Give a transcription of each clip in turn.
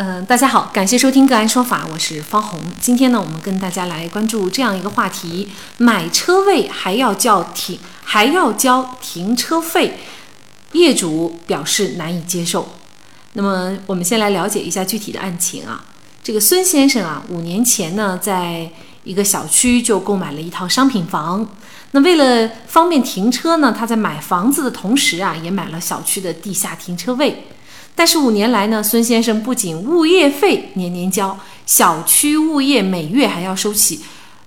大家好，感谢收听个案说法，我是方红。今天呢，我们跟大家来关注这样一个话题：买车位还要交停车费，业主表示难以接受。那么，我们先来了解一下具体的案情啊。这个孙先生啊，5年前呢，在一个小区就购买了一套商品房。那为了方便停车呢，他在买房子的同时啊，也买了小区的地下停车位。但是5年来呢，孙先生不仅物业费年年交，小区物业每月还要收取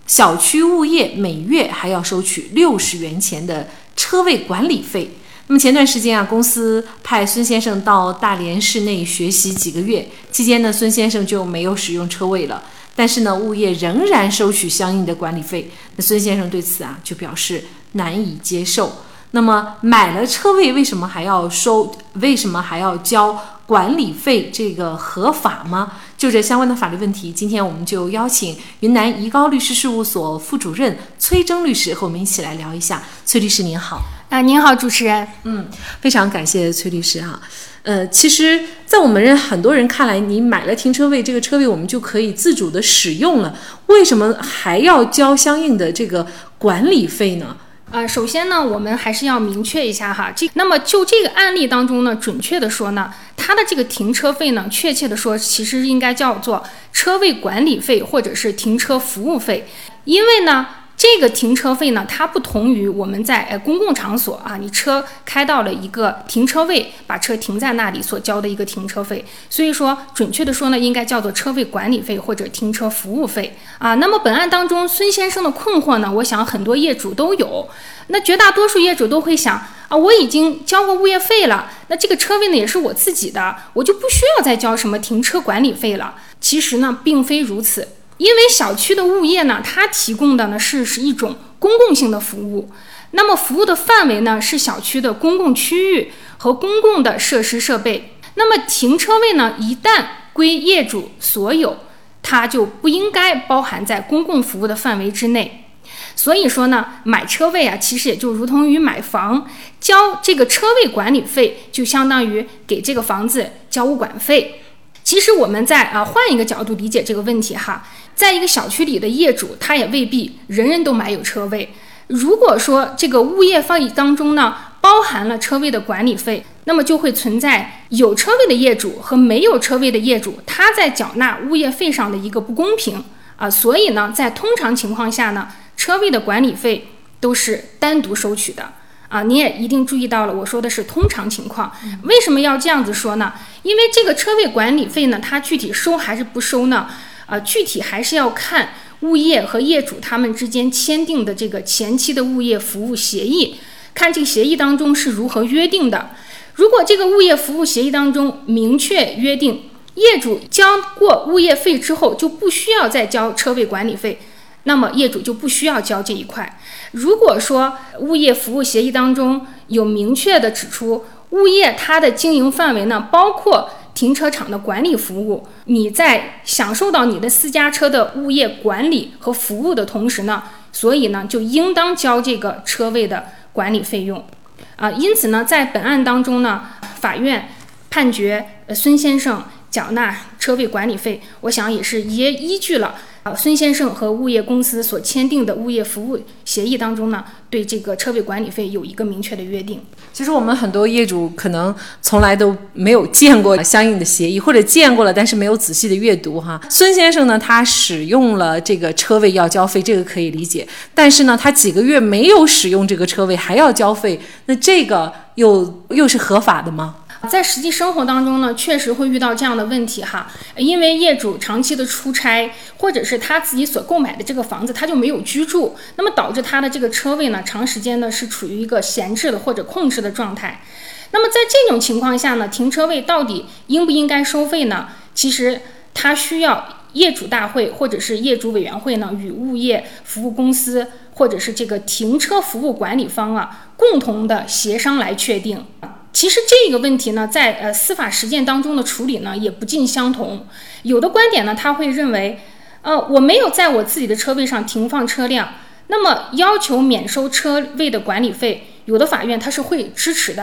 60元钱的车位管理费。那么前段时间啊，公司派孙先生到大连市内学习几个月，期间呢，孙先生就没有使用车位了。但是呢，物业仍然收取相应的管理费。那孙先生对此啊，就表示难以接受。那么买了车位为什么还要交管理费？这个合法吗？就这相关的法律问题，今天我们就邀请云南怡高律师事务所副主任崔征律师和我们一起来聊一下。崔律师您好。 您好，主持人。 非常感谢崔律师啊。其实在我们很多人看来，你买了停车位，这个车位我们就可以自主的使用了，为什么还要交相应的这个管理费呢？ 首先呢，我们还是要明确一下哈，那么就这个案例当中呢，准确的说呢，它的这个停车费呢，确切的说，其实应该叫做车位管理费或者是停车服务费，因为呢，这个停车费呢，它不同于我们在公共场所啊，你车开到了一个停车位，把车停在那里所交的一个停车费，所以说准确的说呢，应该叫做车位管理费或者停车服务费啊。那么本案当中，孙先生的困惑呢，我想很多业主都有，那绝大多数业主都会想啊，我已经交过物业费了，那这个车位呢也是我自己的，我就不需要再交什么停车管理费了。其实呢，并非如此。因为小区的物业呢，它提供的呢是一种公共性的服务，那么服务的范围呢是小区的公共区域和公共的设施设备。那么停车位呢，一旦归业主所有，它就不应该包含在公共服务的范围之内。所以说呢，买车位啊，其实也就如同于买房，交这个车位管理费，就相当于给这个房子交物管费。其实我们再换一个角度理解这个问题哈，在一个小区里的业主，他也未必人人都买有车位。如果说这个物业费当中呢，包含了车位的管理费，那么就会存在有车位的业主和没有车位的业主，他在缴纳物业费上的一个不公平啊。所以呢，在通常情况下呢，车位的管理费都是单独收取的。你也一定注意到了，我说的是通常情况。为什么要这样子说呢？因为这个车位管理费呢，它具体收还是不收呢？具体还是要看物业和业主他们之间签订的这个前期的物业服务协议，看这个协议当中是如何约定的。如果这个物业服务协议当中明确约定，业主交过物业费之后就不需要再交车位管理费，那么业主就不需要交这一块。如果说物业服务协议当中有明确的指出，物业它的经营范围呢，包括停车场的管理服务，你在享受到你的私家车的物业管理和服务的同时呢，所以呢就应当交这个车位的管理费用因此呢，在本案当中呢，法院判决孙先生缴纳车位管理费，我想也是依据了孙先生和物业公司所签订的物业服务协议当中呢，对这个车位管理费有一个明确的约定。 其实我们很多业主可能从来都没有见过相应的协议，或者见过了，但是没有仔细的阅读哈。孙先生呢，他使用了这个车位要交费，这个可以理解。但是呢，他几个月没有使用这个车位还要交费，那这个又是合法的吗？ 在实际生活当中呢，确实会遇到这样的问题哈，因为业主长期的出差，或者是他自己所购买的这个房子他就没有居住，那么导致他的这个车位呢，长时间呢是处于一个闲置的或者空置的状态。那么在这种情况下呢，停车位到底应不应该收费呢？其实他需要业主大会或者是业主委员会呢，与物业服务公司或者是这个停车服务管理方共同的协商来确定。其实这个问题呢，在司法实践当中的处理呢，也不尽相同。有的观点呢，他会认为，我没有在我自己的车位上停放车辆，那么要求免收车位的管理费，有的法院它是会支持的。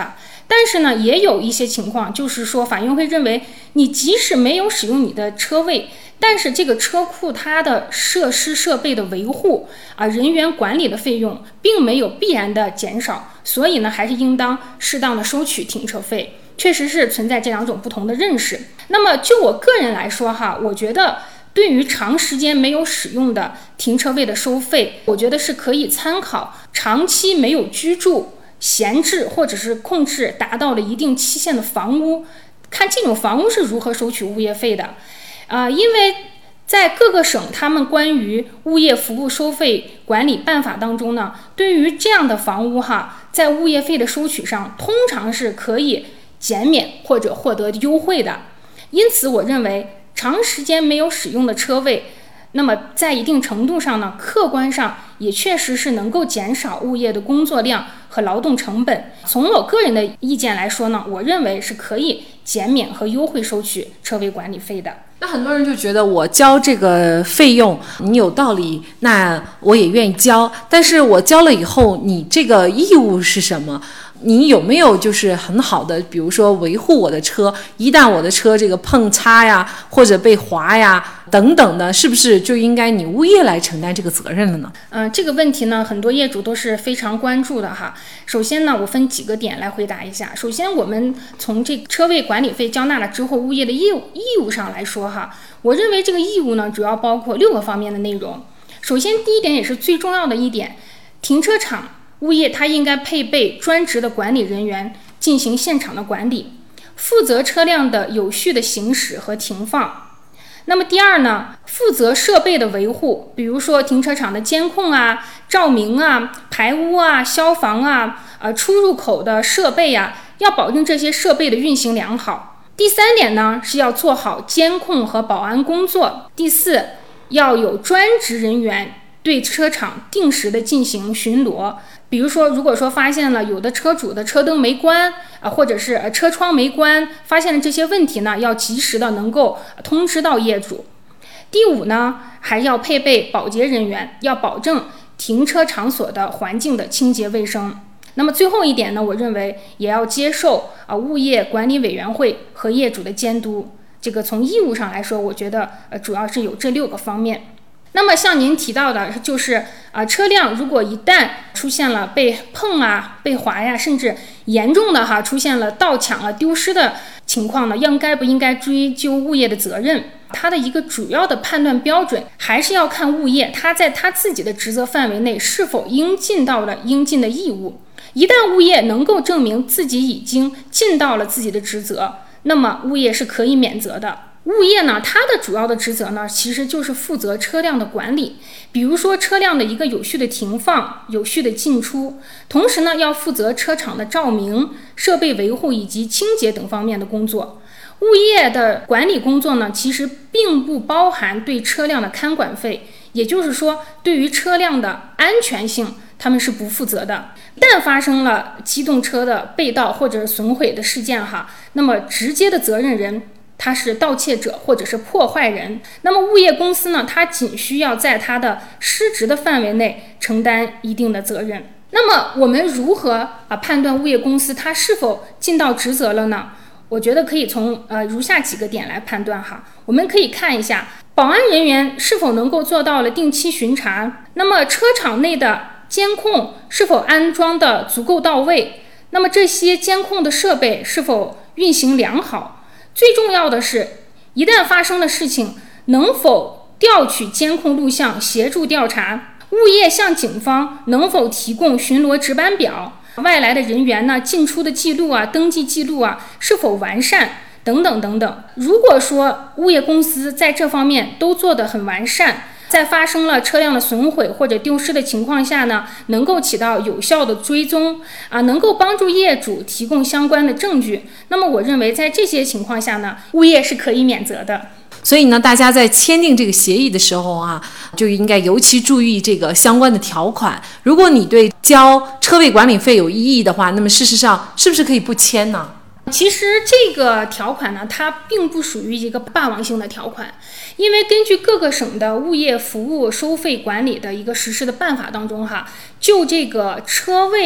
但是呢，也有一些情况，就是说法院会认为，你即使没有使用你的车位，但是这个车库它的设施设备的维护人员管理的费用并没有必然的减少，所以呢，还是应当适当的收取停车费。确实是存在这两种不同的认识。那么就我个人来说我觉得对于长时间没有使用的停车位的收费，我觉得是可以参考长期没有居住、闲置或者是空置达到了一定期限的房屋，看这种房屋是如何收取物业费的。因为在各个省他们关于物业服务收费管理办法当中呢，对于这样的房屋在物业费的收取上通常是可以减免或者获得优惠的。因此我认为长时间没有使用的车位，那么在一定程度上呢，客观上也确实是能够减少物业的工作量和劳动成本。从我个人的意见来说呢，我认为是可以减免和优惠收取车位管理费的。 那很多人就觉得我交这个费用你有道理，那我也愿意交，但是我交了以后你这个义务是什么？你有没有就是很好的比如说维护我的车，一旦我的车这个碰擦呀或者被划呀等等的，是不是就应该你物业来承担这个责任了呢？ 这个问题呢，很多业主都是非常关注的首先呢，我分几个点来回答一下。首先我们从这个车位管理费交纳了之后物业的义务上来说我认为这个义务呢主要包括6个方面的内容。首先第一点也是最重要的一点，停车场物业它应该配备专职的管理人员进行现场的管理，负责车辆的有序的行驶和停放。那么第二呢，负责设备的维护，比如说停车场的监控照明排污消防出入口的设备要保证这些设备的运行良好。第三点呢，是要做好监控和保安工作。第四，要有专职人员对车场定时的进行巡逻，比如说如果说发现了有的车主的车灯没关或者是车窗没关，发现了这些问题呢，要及时的能够通知到业主。第五呢，还要配备保洁人员，要保证停车场所的环境的清洁卫生。那么最后一点呢，我认为也要接受物业管理委员会和业主的监督。这个从义务上来说，我觉得主要是有这6个方面。那么像您提到的，就是车辆如果一旦出现了被碰被划甚至严重的出现了盗抢丢失的情况呢，应该不应该追究物业的责任？它的一个主要的判断标准还是要看物业他在他自己的职责范围内是否应尽到了应尽的义务。一旦物业能够证明自己已经尽到了自己的职责，那么物业是可以免责的。物业呢，它的主要的职责呢，其实就是负责车辆的管理，比如说车辆的一个有序的停放、有序的进出，同时呢，要负责车场的照明、设备维护以及清洁等方面的工作。物业的管理工作呢，其实并不包含对车辆的看管费，也就是说，对于车辆的安全性，他们是不负责的。一旦发生了机动车的被盗或者损毁的事件那么直接的责任人他是盗窃者或者是破坏人，那么物业公司呢，它仅需要在它的失职的范围内承担一定的责任。那么我们如何判断物业公司它是否尽到职责了呢？我觉得可以从如下几个点来判断我们可以看一下保安人员是否能够做到了定期巡查，那么车场内的监控是否安装的足够到位，那么这些监控的设备是否运行良好。最重要的是，一旦发生了事情，能否调取监控录像协助调查？物业向警方能否提供巡逻值班表？外来的人员呢，进出的记录登记记录是否完善？等等等等。如果说物业公司在这方面都做得很完善，在发生了车辆的损毁或者丢失的情况下呢，能够起到有效的追踪能够帮助业主提供相关的证据，那么我认为在这些情况下呢，物业是可以免责的。 所以呢，大家在签订这个协议的时候就应该尤其注意这个相关的条款。如果你对交车位管理费有异议的话，那么事实上是不是可以不签呢？ 其实这个条款呢，它并不属于一个霸王性的条款，因为根据各个省的物业服务收费管理的一个实施的办法当中就这个车位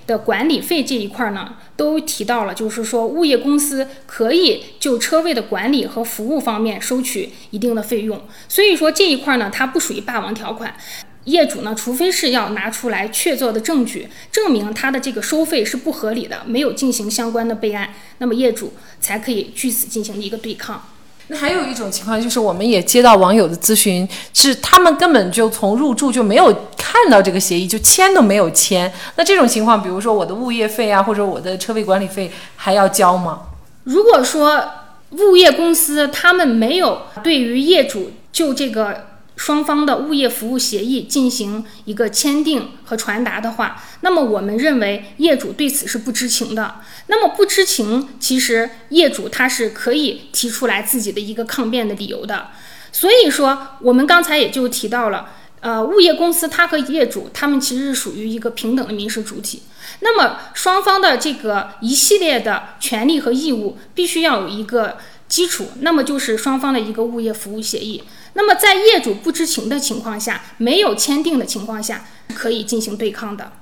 的管理费这一块呢，都提到了，就是说物业公司可以就车位的管理和服务方面收取一定的费用。所以说这一块呢，它不属于霸王条款。业主呢，除非是要拿出来确凿的证据，证明他的这个收费是不合理的，没有进行相关的备案，那么业主才可以据此进行一个对抗。 那还有一种情况就是，我们也接到网友的咨询，是他们根本就从入住就没有看到这个协议，就签都没有签。那这种情况，比如说我的物业费啊，或者我的车位管理费还要交吗？ 如果说物业公司他们没有对于业主就这个双方的物业服务协议进行一个签订和传达的话，那么我们认为业主对此是不知情的。那么不知情，其实业主他是可以提出来自己的一个抗辩的理由的。所以说我们刚才也就提到了，物业公司它和业主他们其实是属于一个平等的民事主体，那么双方的这个一系列的权利和义务必须要有一个基础，那么就是双方的一个物业服务协议。那么在业主不知情的情况下，没有签订的情况下，可以进行对抗的。